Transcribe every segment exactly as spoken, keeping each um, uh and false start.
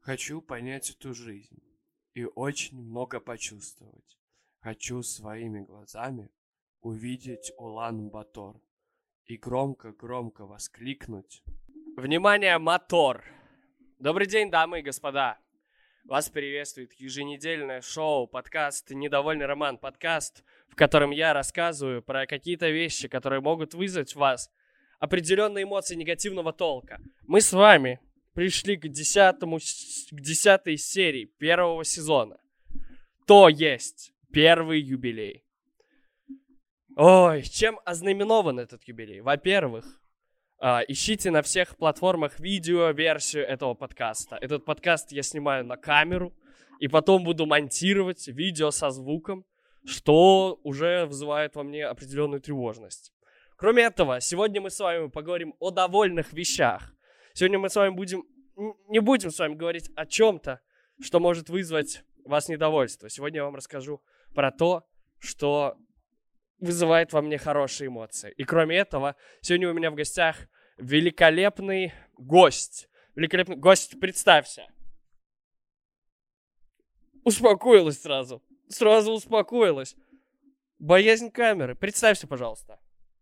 Хочу понять эту жизнь и очень много почувствовать. Хочу своими глазами увидеть Улан-Батор и громко-громко воскликнуть: «Внимание, мотор!» Добрый день, дамы и господа! Вас приветствует еженедельное шоу, подкаст «Недовольный роман», подкаст, в котором я рассказываю про какие-то вещи, которые могут вызвать в вас определенные эмоции негативного толка. Мы с вами пришли к десятому, к десятой серии первого сезона. То есть первый юбилей. Ой, чем ознаменован этот юбилей? Во-первых, Uh, ищите на всех платформах видео-версию этого подкаста. Этот подкаст я снимаю на камеру и потом буду монтировать видео со звуком, что уже вызывает во мне определенную тревожность. Кроме этого, сегодня мы с вами поговорим о довольных вещах. Сегодня мы с вами будем, не будем с вами говорить о чем-то, что может вызвать у вас недовольство. Сегодня я вам расскажу про то, что вызывает во мне хорошие эмоции. И кроме этого, сегодня у меня в гостях великолепный гость. Великолепный гость, представься. Успокоилась сразу. Сразу успокоилась. Боязнь камеры. Представься, пожалуйста.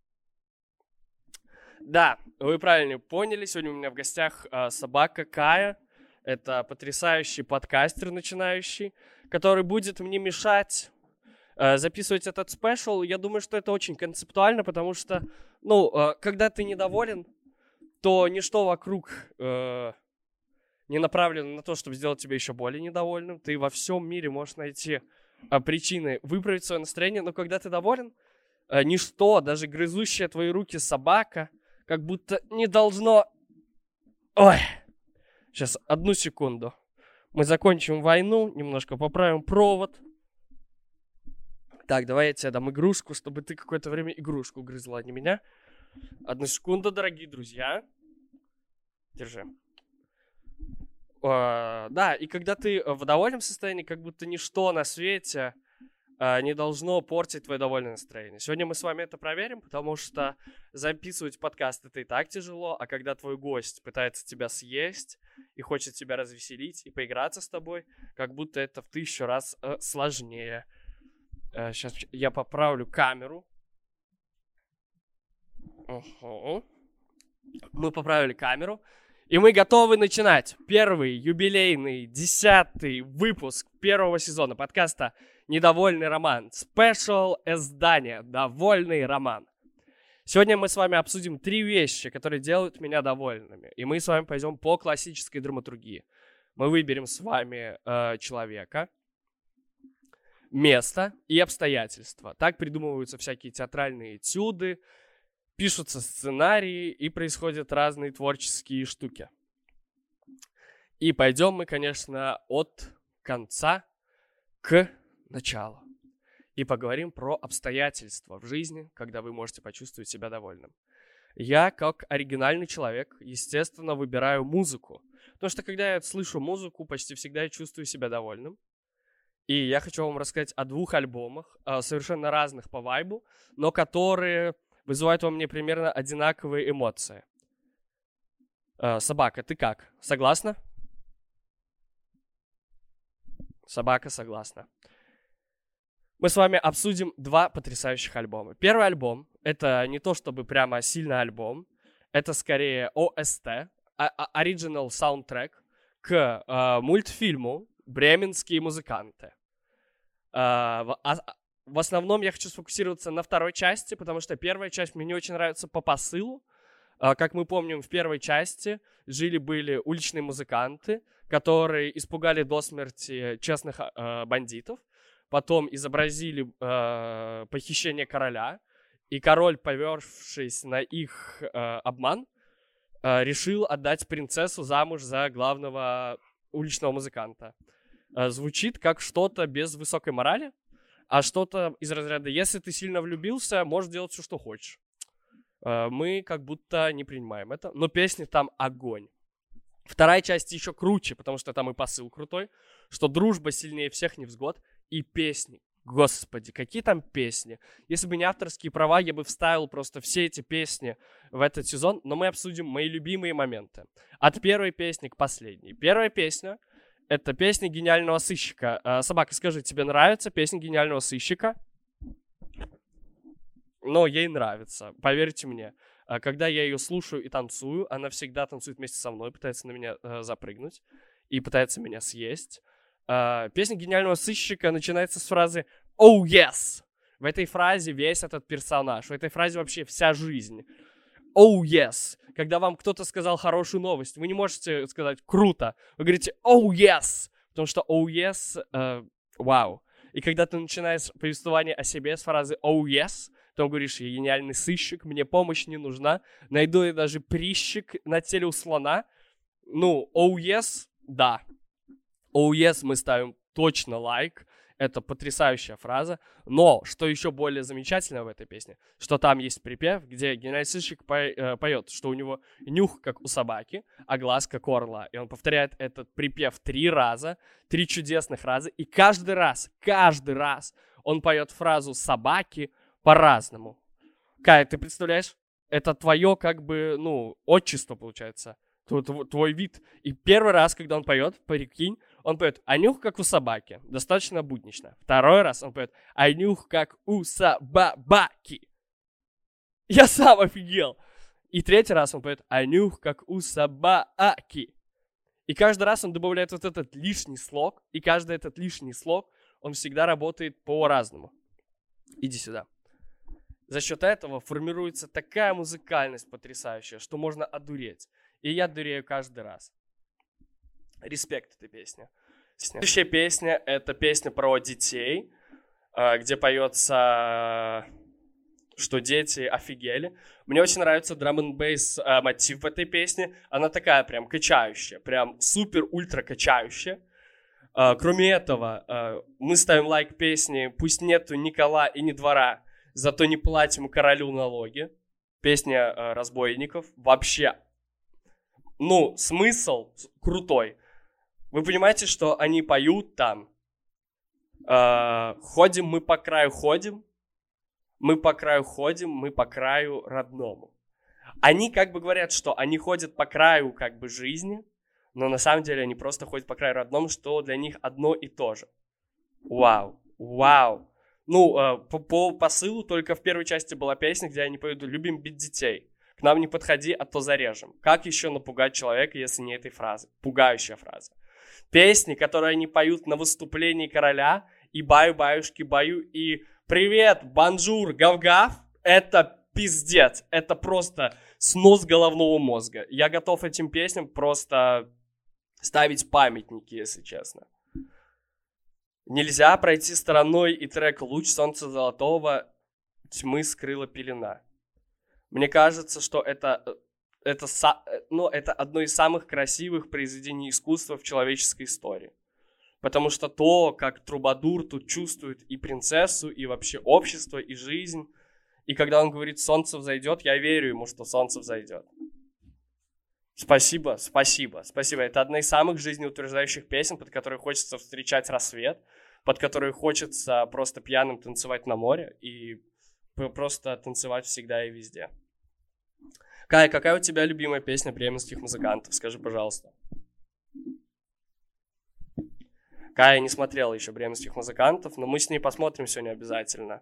Да, вы правильно поняли. Сегодня у меня в гостях э, собака Кая. Это потрясающий подкастер начинающий, который будет мне мешать записывать этот спешл. Я думаю, что это очень концептуально, потому что, ну, когда ты недоволен, то ничто вокруг э, не направлено на то, чтобы сделать тебя еще более недовольным. Ты во всем мире можешь найти э, причины выправить свое настроение, но когда ты доволен, э, ничто, даже грызущая твои руки собака, как будто не должно... Ой, сейчас, одну секунду. Мы закончим войну, немножко поправим провод. Так, давай я тебе дам игрушку, чтобы ты какое-то время игрушку грызла, а не меня. Одну секунду, дорогие друзья. Держи. Uh, да, и когда ты в довольном состоянии, как будто ничто на свете uh, не должно портить твое довольное настроение. Сегодня мы с вами это проверим, потому что записывать подкаст — это и так тяжело, а когда твой гость пытается тебя съесть и хочет тебя развеселить и поиграться с тобой, как будто это в тысячу раз uh, сложнее. Сейчас я поправлю камеру. Угу. Мы поправили камеру. И мы готовы начинать первый юбилейный десятый выпуск первого сезона подкаста «Недовольный роман». Спешл издание «Довольный роман». Сегодня мы с вами обсудим три вещи, которые делают меня довольными. И мы с вами пойдем по классической драматургии. Мы выберем с вами э, человека, место и обстоятельства. Так придумываются всякие театральные этюды, пишутся сценарии и происходят разные творческие штуки. И пойдем мы, конечно, от конца к началу. И поговорим про обстоятельства в жизни, когда вы можете почувствовать себя довольным. Я, как оригинальный человек, естественно, выбираю музыку. Потому что, когда я слышу музыку, почти всегда я чувствую себя довольным. И я хочу вам рассказать о двух альбомах, совершенно разных по вайбу, но которые вызывают во мне примерно одинаковые эмоции. Собака, ты как? Согласна? Собака согласна. Мы с вами обсудим два потрясающих альбома. Первый альбом — это не то чтобы прямо сильный альбом, это скорее о эс ти, Original Soundtrack, к э, мультфильму «Бременские музыканты». Uh, в, а, в основном я хочу сфокусироваться на второй части, потому что первая часть мне не очень нравится по посылу. Uh, как мы помним, в первой части жили-были уличные музыканты, которые испугали до смерти честных uh, бандитов, потом изобразили uh, похищение короля, и король, повёршись на их uh, обман, uh, решил отдать принцессу замуж за главного уличного музыканта. Звучит как что-то без высокой морали, а что-то из разряда «если ты сильно влюбился, можешь делать все, что хочешь». Мы как будто не принимаем это, но песни там огонь. Вторая часть еще круче, потому что там и посыл крутой, что дружба сильнее всех невзгод, и песни. Господи, какие там песни. Если бы не авторские права, я бы вставил просто все эти песни в этот сезон, но мы обсудим мои любимые моменты. От первой песни к последней. Первая песня Это песня гениального сыщика. А, собака, скажи, тебе нравится песня гениального сыщика? Но ей нравится, поверьте мне. А, когда я ее слушаю и танцую, она всегда танцует вместе со мной, пытается на меня э, запрыгнуть и пытается меня съесть. А, песня гениального сыщика начинается с фразы «Oh, yes!». В этой фразе весь этот персонаж, в этой фразе вообще вся жизнь. «Oh, yes!». Когда вам кто-то сказал хорошую новость, вы не можете сказать «круто», вы говорите «Oh, yes!», потому что «Oh, yes!» э, «Вау!». И когда ты начинаешь повествование о себе с фразы «Oh, yes!», то говоришь: «Я гениальный сыщик, мне помощь не нужна, найду я даже прыщик на теле у слона». Ну, «Oh, yes!» да. «Oh, yes!» мы ставим точно лайк. Это потрясающая фраза. Но, что еще более замечательно в этой песне, что там есть припев, где гениальный сыщик по- э, поет, что у него нюх, как у собаки, а глаз, как у орла. И он повторяет этот припев три раза, три чудесных раза. И каждый раз, каждый раз он поет фразу «собаки» по-разному. Кай, ты представляешь? Это твое, как бы, ну, отчество, получается. Твой, твой вид. И первый раз, когда он поет, прикинь, он поет «А нюх, как у собаки». Достаточно буднично. Второй раз он поет «А нюх, как у собаки». Я сам офигел. И третий раз он поет «А нюх, как у собаки». И каждый раз он добавляет вот этот лишний слог. И каждый этот лишний слог, он всегда работает по-разному. Иди сюда. За счет этого формируется такая музыкальность потрясающая, что можно одуреть. И я дурею каждый раз. Респект этой песне. Следующая песня — это песня про детей, где поется, что дети офигели. Мне очень нравится драм-н-бейс мотив в этой песне. Она такая прям качающая, прям супер-ультра качающая. Кроме этого, мы ставим лайк песне «Пусть нету ни кола и ни двора, зато не платим королю налоги». Песня разбойников. Вообще, ну, смысл крутой. Вы понимаете, что они поют там? Э, ходим мы по краю, ходим. Мы по краю ходим, мы по краю родному. Они как бы говорят, что они ходят по краю как бы жизни, но на самом деле они просто ходят по краю родному, что для них одно и то же. Вау, вау. Ну, э, по, по посылу только в первой части была песня, где они поют «Любим бить детей». К нам не подходи, а то зарежем. Как еще напугать человека, если не этой фразы? Пугающая фраза. Песни, которые они поют на выступлении короля, и баю-баюшки-баю, и привет, бонжур, гав-гав, это пиздец. Это просто снос головного мозга. Я готов этим песням просто ставить памятники, если честно. Нельзя пройти стороной и трек «Луч солнца золотого» тьмы скрыла пелена. Мне кажется, что это, это, ну, это одно из самых красивых произведений искусства в человеческой истории. Потому что то, как Трубадур тут чувствует и принцессу, и вообще общество, и жизнь. И когда он говорит «солнце взойдет», я верю ему, что солнце взойдет. Спасибо, спасибо, спасибо. Это одна из самых жизнеутверждающих песен, под которые хочется встречать рассвет, под которые хочется просто пьяным танцевать на море и просто танцевать всегда и везде. Кай, какая у тебя любимая песня бременских музыкантов? Скажи, пожалуйста. Кай не смотрела еще бременских музыкантов, но мы с ней посмотрим сегодня обязательно.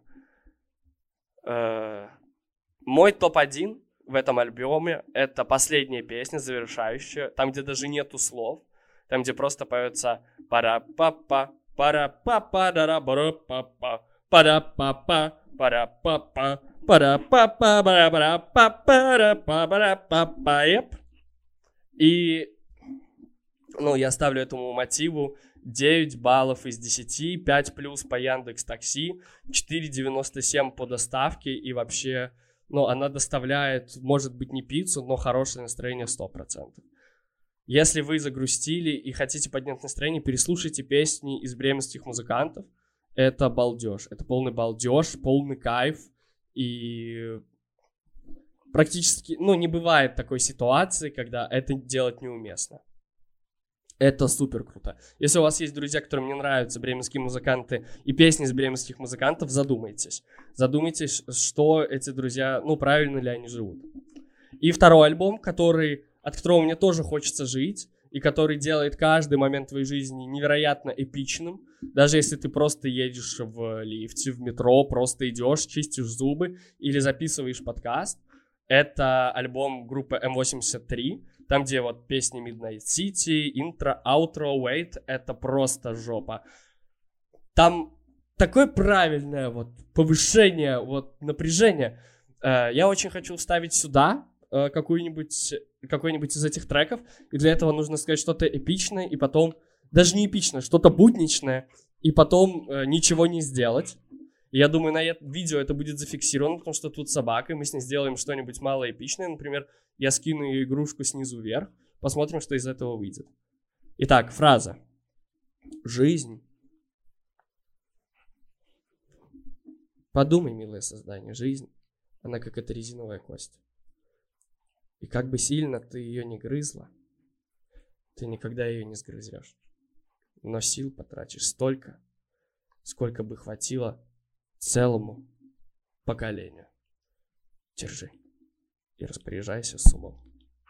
Э-э- мой топ один в этом альбоме — это последняя песня, завершающая, там, где даже нету слов, там, где просто поется пара-па-па, пара-па-па, дара-бара-па-па, пара-па-па, пара-па-па, пара-па-па, пара-па-па, пара-па-па, еп. И, ну, я ставлю этому мотиву девять баллов из десяти, пять плюс по Яндекс.Такси, четыре девяносто семь по доставке, и вообще, ну, она доставляет, может быть, не пиццу, но хорошее настроение сто процентов. Если вы загрустили и хотите поднять настроение, переслушайте песни из бременских музыкантов. Это балдеж, это полный балдеж, полный кайф, и практически, ну, не бывает такой ситуации, когда это делать неуместно. Это супер круто. Если у вас есть друзья, которым не нравятся бременские музыканты и песни из бременских музыкантов, задумайтесь. Задумайтесь, что эти друзья, ну, правильно ли они живут. И второй альбом, который, от которого мне тоже хочется жить, и который делает каждый момент твоей жизни невероятно эпичным. Даже если ты просто едешь в лифте, в метро, просто идешь, чистишь зубы или записываешь подкаст. Это альбом группы эм восемьдесят три, там, где вот песни Midnight City, интро, аутро, wait, это просто жопа. Там такое правильное вот повышение, вот напряжение. Я очень хочу вставить сюда какую-нибудь, какой-нибудь из этих треков, и для этого нужно сказать что-то эпичное, и потом, даже не эпичное, что-то будничное, и потом ничего не сделать. Я думаю, на это видео это будет зафиксировано, потому что тут собака, и мы с ней сделаем что-нибудь малоэпичное. Например, я скину ее игрушку снизу вверх. Посмотрим, что из этого выйдет. Итак, фраза. Жизнь. Подумай, милое создание, жизнь, она как эта резиновая кость. И как бы сильно ты ее не грызла, ты никогда ее не сгрызешь. Но сил потратишь столько, сколько бы хватило целому поколению. Держи и распоряжайся с умом.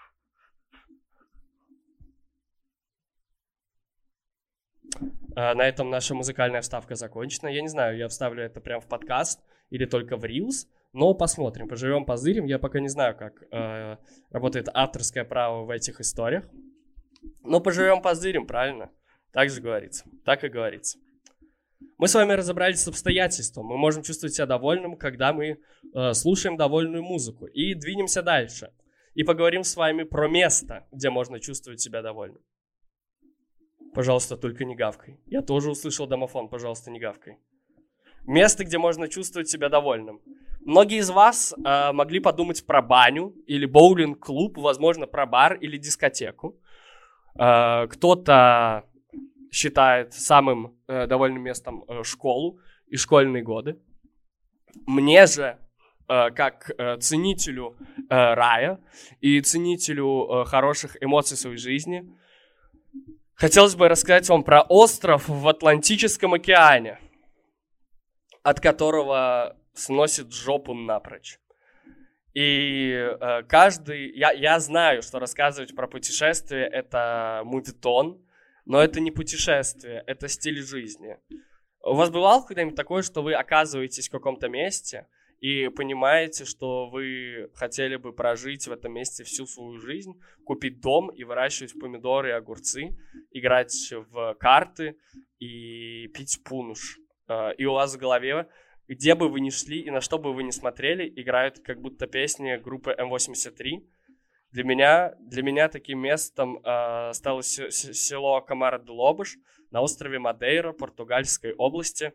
На этом наша музыкальная вставка закончена. Я не знаю, я вставлю это прямо в подкаст или только в Reels, но посмотрим, поживем, позырим. Я пока не знаю, как э, работает авторское право в этих историях. Но поживем, позырим, правильно? Так же говорится, так и говорится. Мы с вами разобрались с обстоятельством. Мы можем чувствовать себя довольным, когда мы э, слушаем довольную музыку. И двинемся дальше. И поговорим с вами про место, где можно чувствовать себя довольным. Пожалуйста, только не гавкай. Я тоже услышал домофон, пожалуйста, не гавкай. Место, где можно чувствовать себя довольным. Многие из вас э, могли подумать про баню или боулинг-клуб, возможно, про бар или дискотеку. Э, кто-то считает самым э, довольным местом э, школу и школьные годы. Мне же, э, как э, ценителю э, рая и ценителю э, хороших эмоций в своей жизни, хотелось бы рассказать вам про остров в Атлантическом океане, от которого сносит жопу напрочь. И э, каждый... Я, я знаю, что рассказывать про путешествие — это мувитон, но это не путешествие, это стиль жизни. У вас бывало когда-нибудь такое, что вы оказываетесь в каком-то месте и понимаете, что вы хотели бы прожить в этом месте всю свою жизнь, купить дом и выращивать помидоры и огурцы, играть в карты и пить пунш. И у вас в голове, где бы вы ни шли и на что бы вы ни смотрели, играют как будто песни группы эм восемьдесят три. Для меня, для меня таким местом э, стало с- с- село Камара-де-Лобаш на острове Мадейра, Португальской области.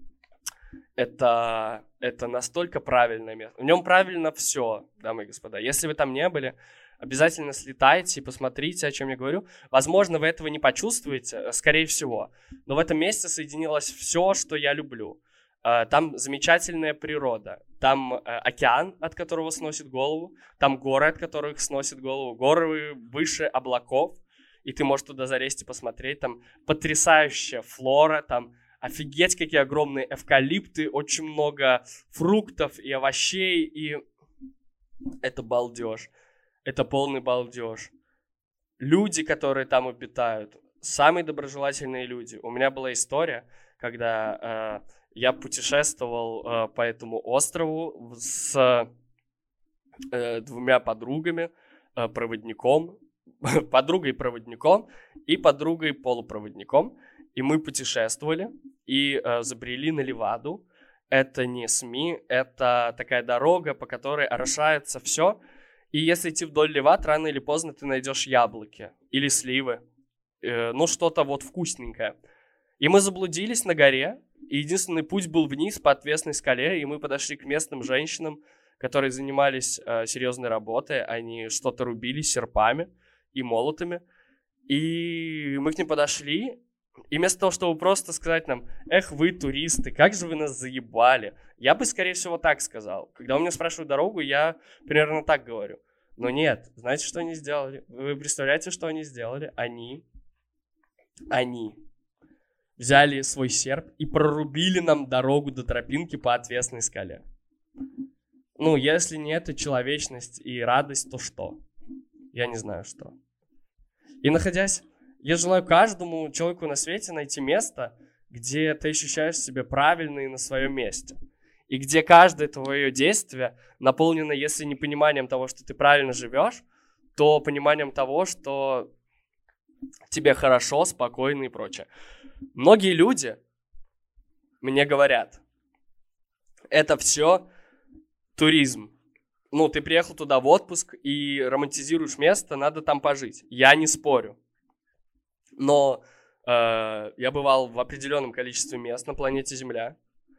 Это, это настолько правильное место. В нем правильно все, дамы и господа. Если вы там не были, обязательно слетайте и посмотрите, о чем я говорю. Возможно, вы этого не почувствуете, скорее всего. Но в этом месте соединилось все, что я люблю. Там замечательная природа. Там океан, от которого сносит голову. Там горы, от которых сносит голову. Горы выше облаков. И ты можешь туда залезть и посмотреть. Там потрясающая флора. Там офигеть, какие огромные эвкалипты. Очень много фруктов и овощей. И это балдеж. Это полный балдеж. Люди, которые там обитают, самые доброжелательные люди. У меня была история, когда э, я путешествовал э, по этому острову с э, двумя подругами, э, проводником, подругой-проводником и подругой-полупроводником. И мы путешествовали и э, забрели на Леваду. Это не СМИ, это такая дорога, по которой орошается все. И если идти вдоль Левад, рано или поздно ты найдешь яблоки или сливы. Э, ну, что-то вот вкусненькое. И мы заблудились на горе, и единственный путь был вниз по отвесной скале, и мы подошли к местным женщинам, которые занимались э, серьезной работой. Они что-то рубили серпами и молотами. И мы к ним подошли, и вместо того, чтобы просто сказать нам: «Эх, вы, туристы, как же вы нас заебали», я бы, скорее всего, так сказал. Когда у меня спрашивают дорогу, я примерно так говорю. Но нет, знаете, что они сделали? Вы представляете, что они сделали? Они, они взяли свой серп и прорубили нам дорогу до тропинки по отвесной скале. Ну, если не это человечность и радость, то что? Я не знаю, что. И находясь, я желаю каждому человеку на свете найти место, где ты ощущаешь себя правильно и на своем месте. И где каждое твое действие наполнено, если не пониманием того, что ты правильно живешь, то пониманием того, что тебе хорошо, спокойно и прочее. Многие люди мне говорят, это все туризм. Ну, ты приехал туда в отпуск и романтизируешь место, надо там пожить. Я не спорю. Но э, я бывал в определенном количестве мест на планете Земля.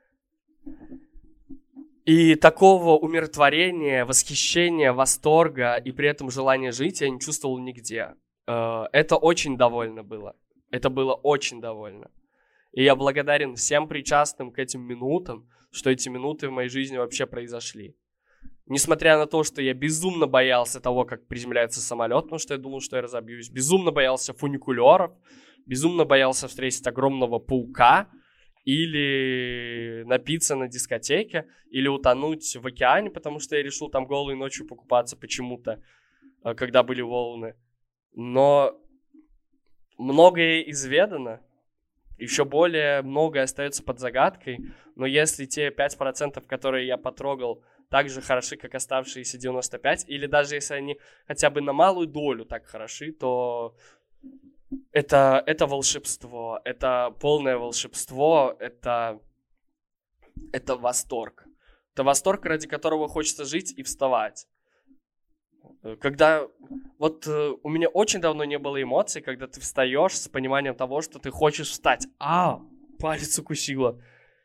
И такого умиротворения, восхищения, восторга и при этом желания жить я не чувствовал нигде. Э, это очень довольно было. Это было очень довольно. И я благодарен всем причастным к этим минутам, что эти минуты в моей жизни вообще произошли. Несмотря на то, что я безумно боялся того, как приземляется самолет, потому что я думал, что я разобьюсь. Безумно боялся фуникулеров. Безумно боялся встретить огромного паука. Или напиться на дискотеке. Или утонуть в океане, потому что я решил там голой ночью покупаться почему-то, когда были волны. Но многое изведано. Еще более многое остается под загадкой. Но если те пять процентов, которые я потрогал, так же хороши, как оставшиеся девяносто пять процентов, или даже если они хотя бы на малую долю так хороши, то это, это волшебство, это полное волшебство, это, это восторг. Это восторг, ради которого хочется жить и вставать. Когда вот у меня очень давно не было эмоций, когда ты встаешь с пониманием того, что ты хочешь встать. А, палец укусило.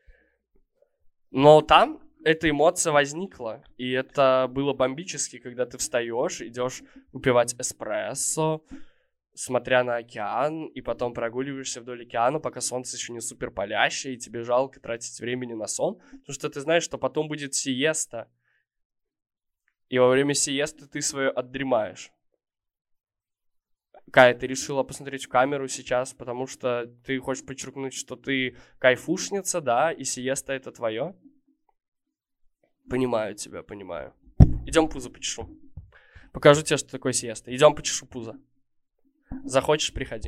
Но там эта эмоция возникла, и это было бомбически, когда ты встаешь, идешь выпивать эспрессо, смотря на океан, и потом прогуливаешься вдоль океана, пока солнце еще не супер палящее, и тебе жалко тратить времени на сон, потому что ты знаешь, что потом будет сиеста, и во время сиесты ты свое отдремаешь. Кая, ты решила посмотреть в камеру сейчас, потому что ты хочешь подчеркнуть, что ты кайфушница, да, и сиеста это твое? Понимаю тебя, понимаю. Идем пузо почешу. Покажу тебе, что такое сиеста. Идем почешу пузо. Захочешь, приходи.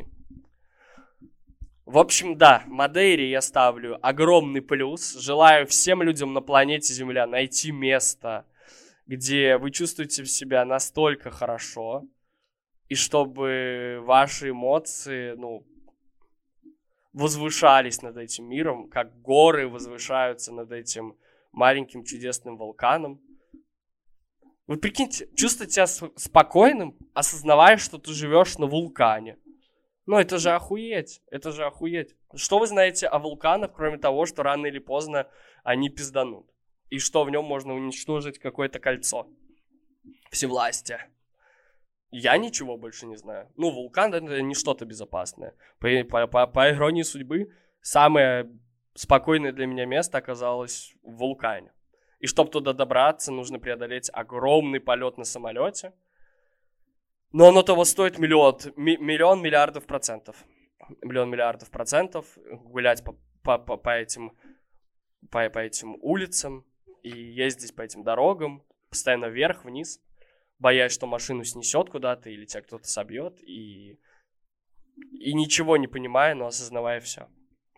В общем, да, Мадейре я ставлю огромный плюс. Желаю всем людям на планете Земля найти место, где вы чувствуете себя настолько хорошо, и чтобы ваши эмоции, ну, возвышались над этим миром, как горы возвышаются над этим маленьким чудесным вулканом. Вы прикиньте, чувствовать себя спокойным, осознавая, что ты живешь на вулкане. Ну, это же охуеть, это же охуеть. Что вы знаете о вулканах, кроме того, что рано или поздно они пизданут? И что в нем можно уничтожить какое-то кольцо всевластия? Я ничего больше не знаю. Ну, вулкан — это не что-то безопасное. По, по, по, по иронии судьбы, самое спокойное для меня место оказалось в вулкане. И чтобы туда добраться, нужно преодолеть огромный полет на самолете. Но оно того стоит миллион, ми, миллион миллиардов процентов. Миллион миллиардов процентов. Гулять по, по, по, по, этим, по, по этим улицам и ездить по этим дорогам. Постоянно вверх-вниз. Боясь, что машину снесет куда-то или тебя кто-то собьет. И, и ничего не понимая, но осознавая все.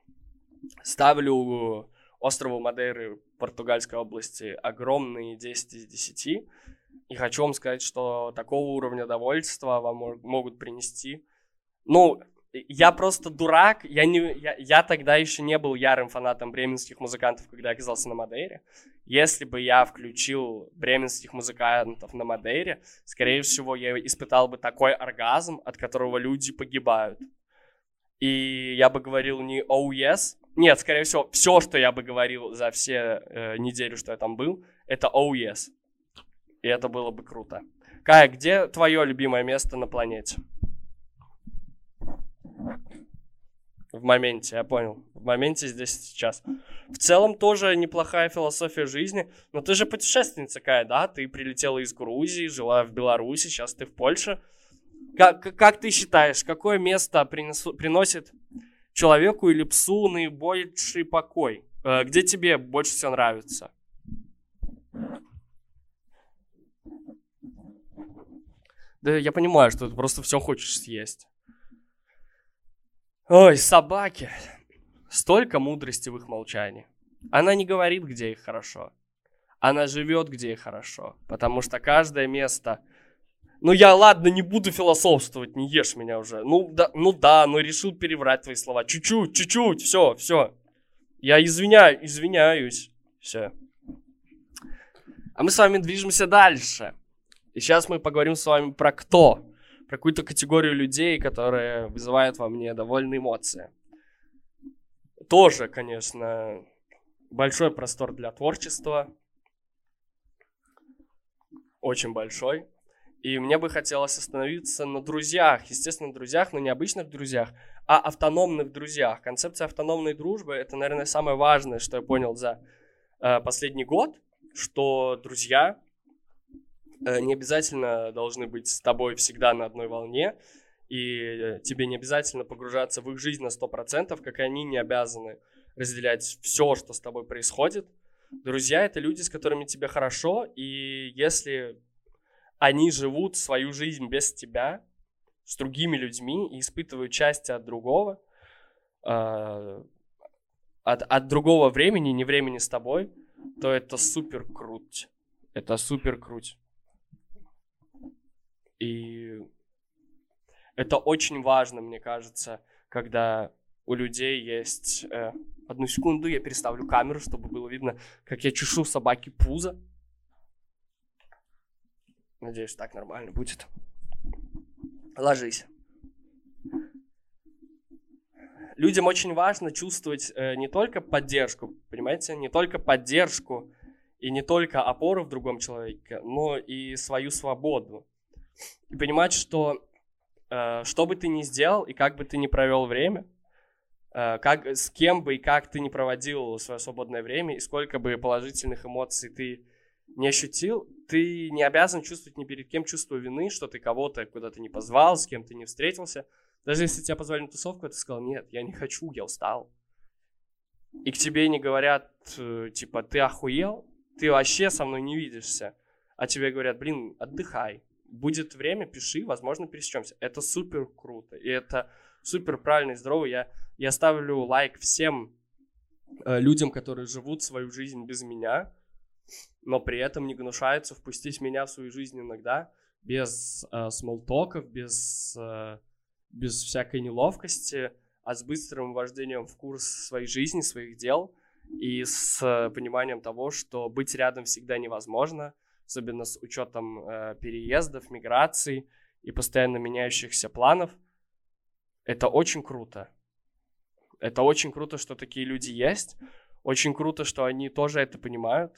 Ставлю острову Мадейры Португальской области огромные десять из десяти. И хочу вам сказать, что такого уровня довольства вам могут принести. Ну, я просто дурак. Я, не, я, я тогда еще не был ярым фанатом бременских музыкантов, когда оказался на Мадейре. Если бы я включил бременских музыкантов на Мадейре, скорее всего, я испытал бы такой оргазм, от которого люди погибают. И я бы говорил не «oh yes». Нет, скорее всего, все, что я бы говорил за все э, недели, что я там был, это «oh yes». И это было бы круто. Кая, где твое любимое место на планете? В моменте, я понял. В моменте, здесь и сейчас. В целом тоже неплохая философия жизни. Но ты же путешественница, Кая, да? Ты прилетела из Грузии, жила в Беларуси, сейчас ты в Польше. Как, как ты считаешь, какое место принесу, приносит человеку или псу наибольший покой? Где тебе больше всего нравится? Да я понимаю, что ты просто все хочешь съесть. Ой, собаки. Столько мудрости в их молчании. Она не говорит, где их хорошо. Она живет, где их хорошо. Потому что каждое место... Ну я, ладно, не буду философствовать, не ешь меня уже. Ну да, ну да, но решил переврать твои слова. Чуть-чуть, чуть-чуть, все, все. Я извиняю, извиняюсь. Все. А мы с вами движемся дальше. И сейчас мы поговорим с вами про кто? Про какую-то категорию людей, которые вызывают во мне довольные эмоции. Тоже, конечно, большой простор для творчества. Очень большой. И мне бы хотелось остановиться на друзьях. Естественно, друзьях, но не обычных друзьях, а автономных друзьях. Концепция автономной дружбы — это, наверное, самое важное, что я понял за э, последний год, что друзья э, не обязательно должны быть с тобой всегда на одной волне, и тебе не обязательно погружаться в их жизнь на сто процентов, как и они не обязаны разделять все, что с тобой происходит. Друзья — это люди, с которыми тебе хорошо, и если они живут свою жизнь без тебя, с другими людьми, и испытывают счастье от другого, э, от, от другого времени, не времени с тобой, то это супер круть. Это супер круть. И это очень важно, мне кажется, когда у людей есть... Э, одну секунду, я переставлю камеру, чтобы было видно, как я чешу собаке пузо. Надеюсь, так нормально будет. Ложись. Людям очень важно чувствовать э, не только поддержку, понимаете, не только поддержку и не только опору в другом человеке, но и свою свободу. И понимать, что э, что бы ты ни сделал и как бы ты ни провел время, э, как, с кем бы и как ты ни проводил свое свободное время, и сколько бы положительных эмоций ты не ощутил, ты не обязан чувствовать ни перед кем чувство вины, что ты кого-то куда-то не позвал, с кем ты не встретился. Даже если тебя позвали на тусовку, ты сказал: нет, я не хочу, я устал. И к тебе не говорят, типа, ты охуел, ты вообще со мной не видишься. А тебе говорят: блин, отдыхай, будет время, пиши, возможно, пересечемся. Это супер круто, и это супер правильно и здорово. Я, я ставлю лайк всем э, людям, которые живут свою жизнь без меня, но при этом не гнушаются впустить меня в свою жизнь иногда, без э, смолтоков, без, э, без всякой неловкости, а с быстрым ввождением в курс своей жизни, своих дел, и с э, пониманием того, что быть рядом всегда невозможно, особенно с учетом э, переездов, миграций и постоянно меняющихся планов. Это очень круто. Это очень круто, что такие люди есть. Очень круто, что они тоже это понимают.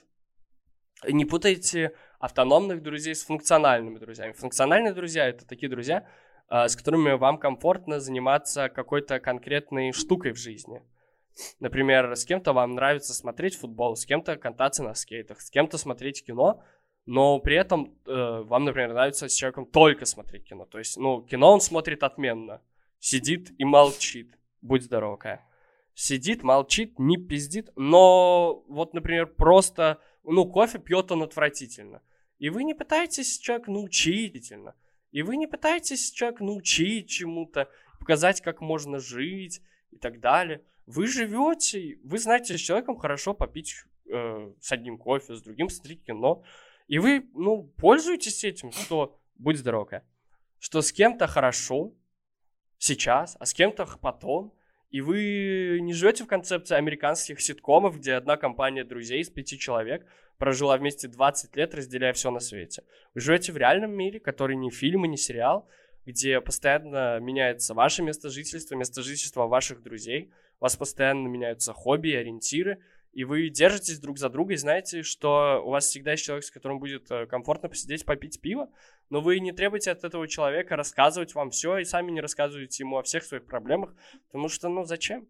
Не путайте автономных друзей с функциональными друзьями. Функциональные друзья — это такие друзья, с которыми вам комфортно заниматься какой-то конкретной штукой в жизни. Например, с кем-то вам нравится смотреть футбол, с кем-то кататься на скейтах, с кем-то смотреть кино, но при этом э, вам, например, нравится с человеком только смотреть кино. То есть, ну, кино он смотрит отменно, сидит и молчит. Будь здорова, Кая. Сидит, молчит, не пиздит, но вот, например, просто... Ну, кофе пьет он отвратительно. И вы не пытаетесь человека научить, и вы не пытаетесь человека научить чему-то, показать, как можно жить и так далее. Вы живете, вы знаете, с человеком хорошо попить э, с одним кофе, с другим смотреть кино. И вы, ну, пользуетесь этим, что, будь здорова, что с кем-то хорошо сейчас, а с кем-то потом. И вы не живете в концепции американских ситкомов, где одна компания друзей из пяти человек прожила вместе двадцать лет, разделяя все на свете. Вы живете в реальном мире, который не фильм и не сериал, где постоянно меняется ваше место жительства, место жительства ваших друзей, у вас постоянно меняются хобби и ориентиры, и вы держитесь друг за друга и знаете, что у вас всегда есть человек, с которым будет комфортно посидеть, попить пиво, но вы не требуете от этого человека рассказывать вам все и сами не рассказываете ему о всех своих проблемах, потому что, ну, зачем?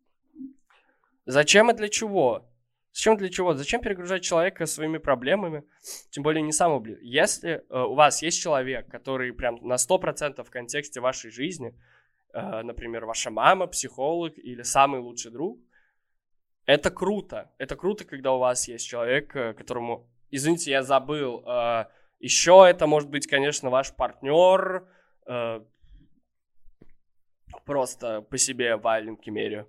Зачем и для чего? Зачем для чего? Зачем перегружать человека своими проблемами? Тем более не самого близкого. Если э, у вас есть человек, который прям на сто процентов в контексте вашей жизни, э, например, ваша мама, психолог или самый лучший друг, это круто. Это круто, когда у вас есть человек, которому, извините, я забыл... Э, еще это может быть, конечно, ваш партнер, э, просто по себе валенки меряю,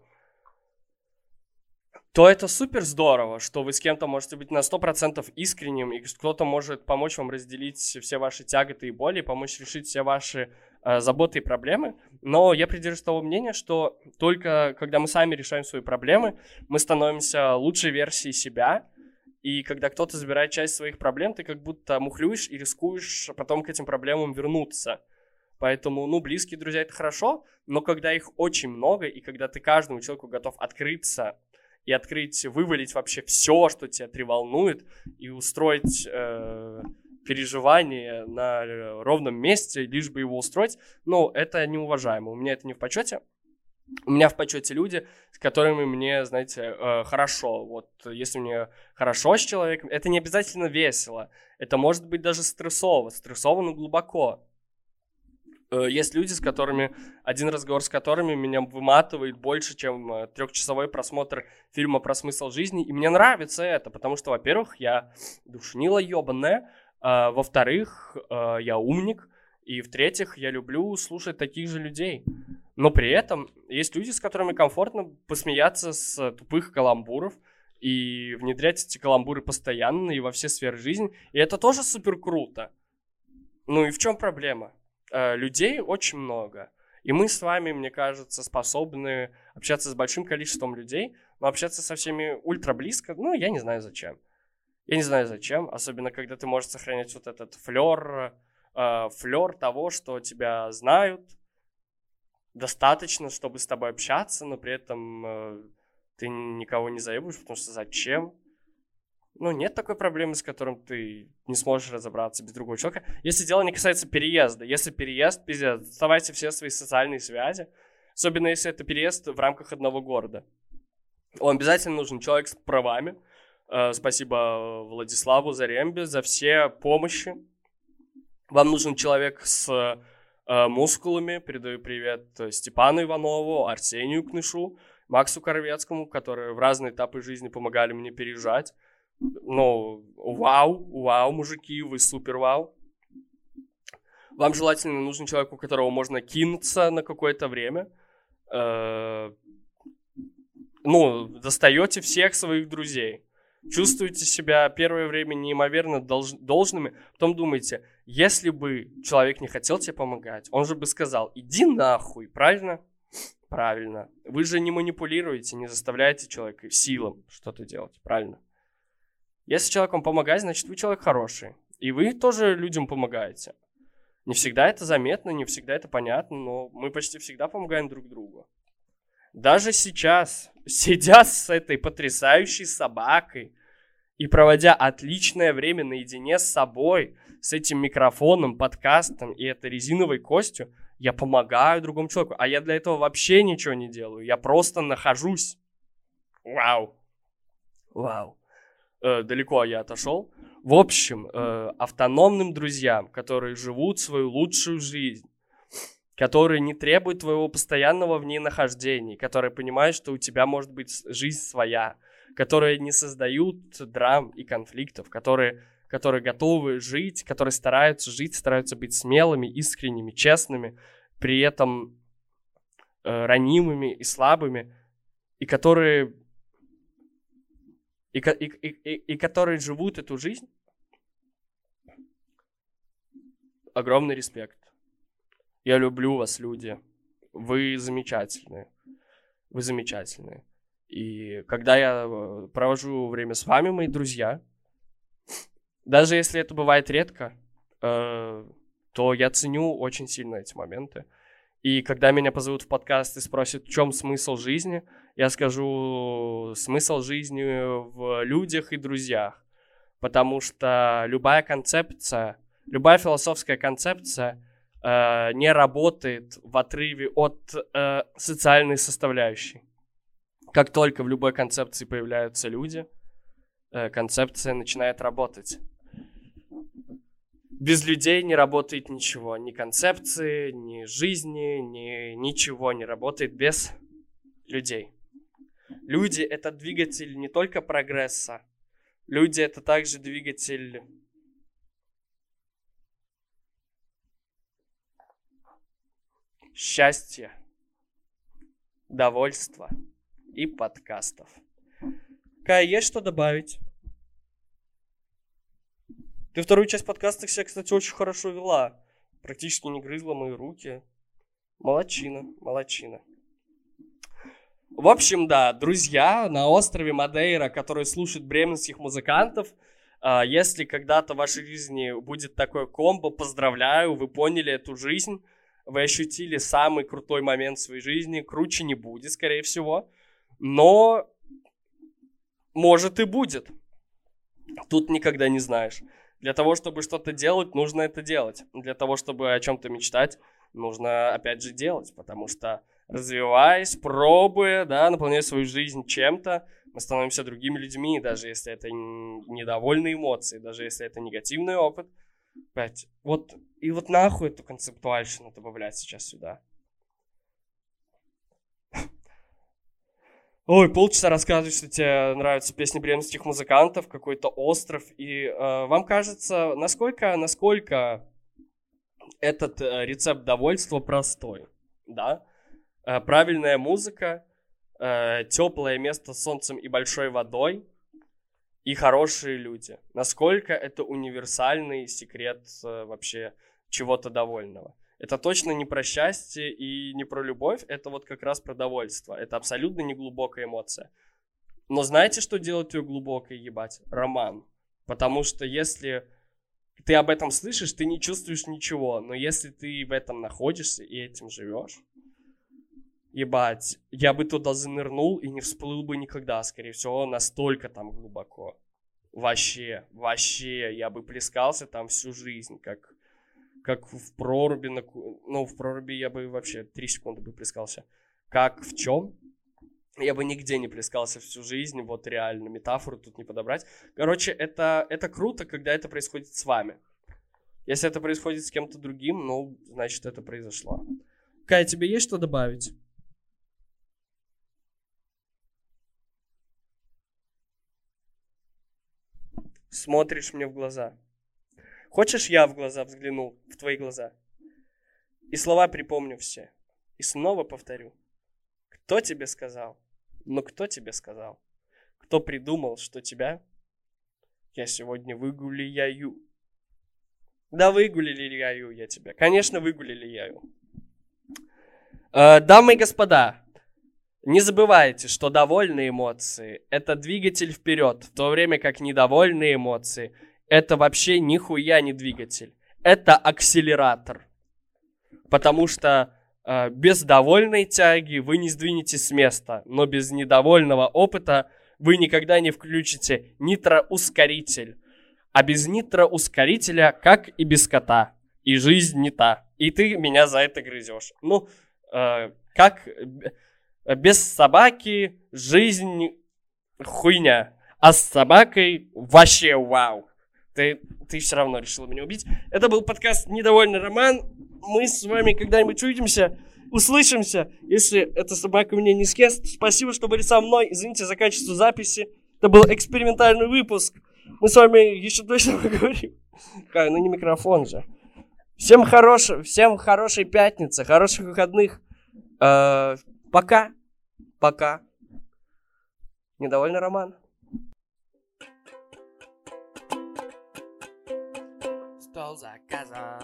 то это супер здорово, что вы с кем-то можете быть на сто процентов искренним, и кто-то может помочь вам разделить все ваши тяготы и боли, помочь решить все ваши э, заботы и проблемы. Но я придерживаюсь того мнения, что только когда мы сами решаем свои проблемы, мы становимся лучшей версией себя. И когда кто-то забирает часть своих проблем, ты как будто мухлюешь и рискуешь потом к этим проблемам вернуться. Поэтому, ну, близкие друзья — это хорошо, но когда их очень много, и когда ты каждому человеку готов открыться, и открыть, вывалить вообще все, что тебя треволнует, и устроить э, переживание на ровном месте, лишь бы его устроить, ну, это неуважаемо. У меня это не в почете. У меня в почете люди, с которыми мне, знаете, э, хорошо. Вот если мне хорошо с человеком, это не обязательно весело. Это может быть даже стрессово. Стрессово, но глубоко. Есть люди, с которыми, один разговор с которыми меня выматывает больше, чем трехчасовой просмотр фильма про смысл жизни. И мне нравится это, потому что, во-первых, я душнила ебаная, а, во-вторых, а, я умник, и в-третьих, я люблю слушать таких же людей. Но при этом есть люди, с которыми комфортно посмеяться с тупых каламбуров и внедрять эти каламбуры постоянно и во все сферы жизни. И это тоже супер круто. Ну и в чем проблема? Людей очень много. И мы с вами, мне кажется, способны общаться с большим количеством людей, но общаться со всеми ультра близко, ну, я не знаю зачем. Я не знаю зачем, особенно когда ты можешь сохранять вот этот флер, э, флер того, что тебя знают достаточно, чтобы с тобой общаться, но при этом э, ты никого не заебываешь, потому что зачем? Ну, нет такой проблемы, с которой ты не сможешь разобраться без другого человека. Если дело не касается переезда. Если переезд, пиздец, доставайте все свои социальные связи. Особенно, если это переезд в рамках одного города. Вам обязательно нужен человек с правами. Э, спасибо Владиславу Зарембе за все помощи. Вам нужен человек с э, мускулами. Передаю привет Степану Иванову, Арсению Кнышу, Максу Коровецкому, которые в разные этапы жизни помогали мне переезжать. Ну, вау, вау, мужики, вы супер вау. Вам желательно нужен человек, у которого можно кинуться на какое-то время. Э-э- ну, достаете всех своих друзей. Чувствуете себя первое время неимоверно долж- должными. Потом думаете, если бы человек не хотел тебе помогать, он же бы сказал, иди нахуй, правильно? Правильно. Вы же не манипулируете, не заставляете человека силам что-то делать, правильно? Если человек вам помогает, значит, вы человек хороший. И вы тоже людям помогаете. Не всегда это заметно, не всегда это понятно, но мы почти всегда помогаем друг другу. Даже сейчас, сидя с этой потрясающей собакой и проводя отличное время наедине с собой, с этим микрофоном, подкастом и этой резиновой костью, я помогаю другому человеку. А я для этого вообще ничего не делаю. Я просто нахожусь. Вау. Вау. Далеко я отошел. В общем, э, автономным друзьям, которые живут свою лучшую жизнь, которые не требуют твоего постоянного в ней нахождения, которые понимают, что у тебя может быть жизнь своя, которые не создают драм и конфликтов, которые, которые готовы жить, которые стараются жить, стараются быть смелыми, искренними, честными, при этом э, ранимыми и слабыми, и которые... И, и, и, и которые живут эту жизнь, огромный респект. Я люблю вас, люди. Вы замечательные. Вы замечательные. И когда я провожу время с вами, мои друзья, даже если это бывает редко, э, то я ценю очень сильно эти моменты. И когда меня позовут в подкаст и спросят, в чем смысл жизни, я скажу, смысл жизни в людях и друзьях. Потому что любая концепция, любая философская концепция э, не работает в отрыве от э, социальной составляющей. Как только в любой концепции появляются люди, э, концепция начинает работать. Без людей не работает ничего. Ни концепции, ни жизни, ни ничего не работает без людей. Люди — это двигатель не только прогресса. Люди — это также двигатель счастья, довольства и подкастов. Кай, есть что добавить? Ты вторую часть подкаста себя, кстати, очень хорошо вела. Практически не грызла мои руки. Молодчина, молодчина. В общем, да, друзья на острове Мадейра, которые слушают бременских музыкантов, если когда-то в вашей жизни будет такое комбо, поздравляю, вы поняли эту жизнь, вы ощутили самый крутой момент в своей жизни, круче не будет, скорее всего, но может и будет. Тут никогда не знаешь. Для того, чтобы что-то делать, нужно это делать. Для того, чтобы о чем-то мечтать, нужно, опять же, делать. Потому что, развиваясь, пробуя, да, наполняя свою жизнь чем-то, мы становимся другими людьми, даже если это недовольные эмоции, даже если это негативный опыт. Опять, вот, и вот нахуй эту концептуальщину добавлять сейчас сюда. Ой, полчаса рассказываешь, что тебе нравятся песни бременских музыкантов, какой-то остров, и э, вам кажется, насколько, насколько этот э, рецепт довольства простой, да? Э, правильная музыка, э, теплое место с солнцем и большой водой, и хорошие люди. Насколько это универсальный секрет э, вообще чего-то довольного. Это точно не про счастье и не про любовь, это вот как раз про довольство. Это абсолютно не глубокая эмоция. Но знаете, что делает ее глубокой, ебать? Роман. Потому что если ты об этом слышишь, ты не чувствуешь ничего. Но если ты в этом находишься и этим живешь, ебать, я бы туда занырнул и не всплыл бы никогда, скорее всего, настолько там глубоко. Вообще, вообще, я бы плескался там всю жизнь, как... как в проруби, на... ну, в проруби я бы вообще три секунды бы плескался. Как в чем? Я бы нигде не плескался всю жизнь, вот реально, метафору тут не подобрать. Короче, это, это круто, когда это происходит с вами. Если это происходит с кем-то другим, ну, значит, это произошло. Кай, тебе есть что добавить? Смотришь мне в глаза. Хочешь, я в глаза взгляну, в твои глаза? И слова припомню все. И снова повторю. Кто тебе сказал? Но кто тебе сказал? Кто придумал, что тебя я сегодня выгуляю? Да выгулили яю я тебя. Конечно, выгулили яю. Э, дамы и господа, не забывайте, что довольные эмоции – это двигатель вперед, в то время как недовольные эмоции – это вообще нихуя не двигатель. Это акселератор. Потому что э, без довольной тяги вы не сдвинетесь с места, но без недовольного опыта вы никогда не включите нитроускоритель. А без нитроускорителя, как и без кота, и жизнь не та. И ты меня за это грызешь. Ну, э, как без собаки жизнь хуйня, а с собакой вообще вау. Ты, ты все равно решила меня убить. Это был подкаст «Недовольный Роман». Мы с вами когда-нибудь увидимся, услышимся. Если эта собака меня не съест, спасибо, что были со мной. Извините за качество записи. Это был экспериментальный выпуск. Мы с вами еще точно поговорим. Кай, ну не микрофон же. Всем хорошего, всем хорошей пятницы, хороших выходных. Э, пока. Пока. Недовольный Роман. Стол заказов.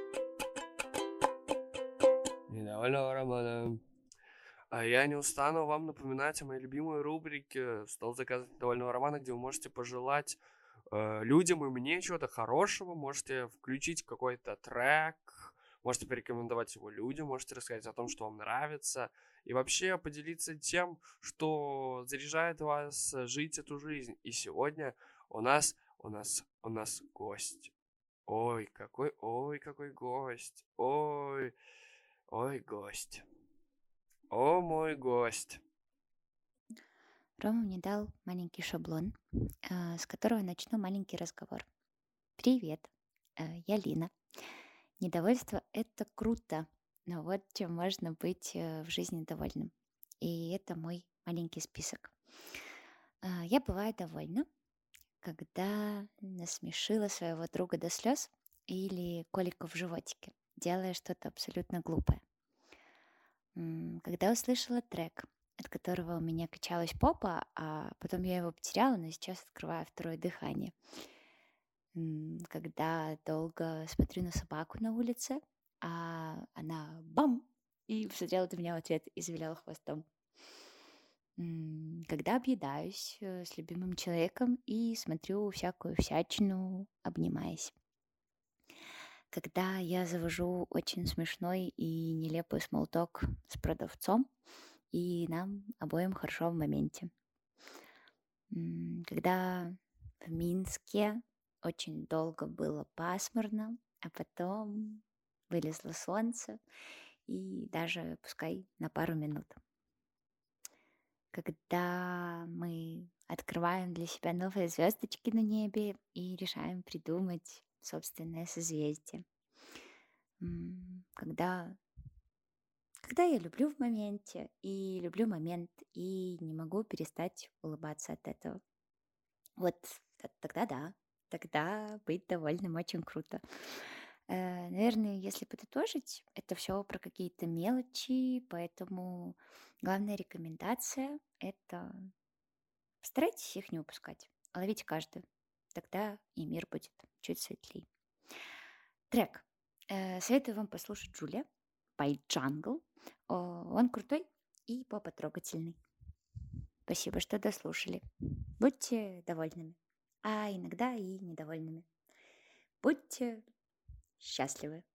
Недовольного Романа. А я не устану вам напоминать о моей любимой рубрике «Стол заказов недовольного Романа», где вы можете пожелать э, людям и мне чего-то хорошего, можете включить какой-то трек, можете порекомендовать его людям, можете рассказать о том, что вам нравится, и вообще поделиться тем, что заряжает вас жить эту жизнь. И сегодня у нас, у нас, у нас гость. Ой, какой, ой, какой гость. Ой, ой, гость. О, мой гость. Рома мне дал маленький шаблон, э, с которого начну маленький разговор. Привет, э, я Лина. Недовольство — это круто, но вот чем можно быть э, в жизни довольным. И это мой маленький список. Э, я бываю довольна, когда насмешила своего друга до слез или колика в животике, делая что-то абсолютно глупое. М, Когда услышала трек, от которого у меня качалась попа, а потом я его потеряла, но сейчас открываю второе дыхание. М, Когда долго смотрю на собаку на улице, а она бам! И посмотрела на меня в ответ и завиляла хвостом. М, Когда объедаюсь э, с любимым человеком и смотрю всякую всячину, обнимаясь. Когда я завожу очень смешной и нелепый смолток с продавцом, и нам обоим хорошо в моменте. М, Когда в Минске очень долго было пасмурно, а потом вылезло солнце, и даже пускай на пару минут. Когда мы открываем для себя новые звездочки на небе и решаем придумать собственное созвездие. М, Когда, когда я люблю в моменте и люблю момент и не могу перестать улыбаться от этого. Вот т- тогда да, тогда быть довольным очень круто. Э, Наверное, если подытожить, это все про какие-то мелочи, поэтому главная рекомендация — это старайтесь их не упускать, а ловите каждую. Тогда и мир будет чуть светлее. Трек. Э, Советую вам послушать Джулия by Jungle. О, Он крутой и попотрогательный. Спасибо, что дослушали. Будьте довольными, а иногда и недовольными. Будьте счастливы.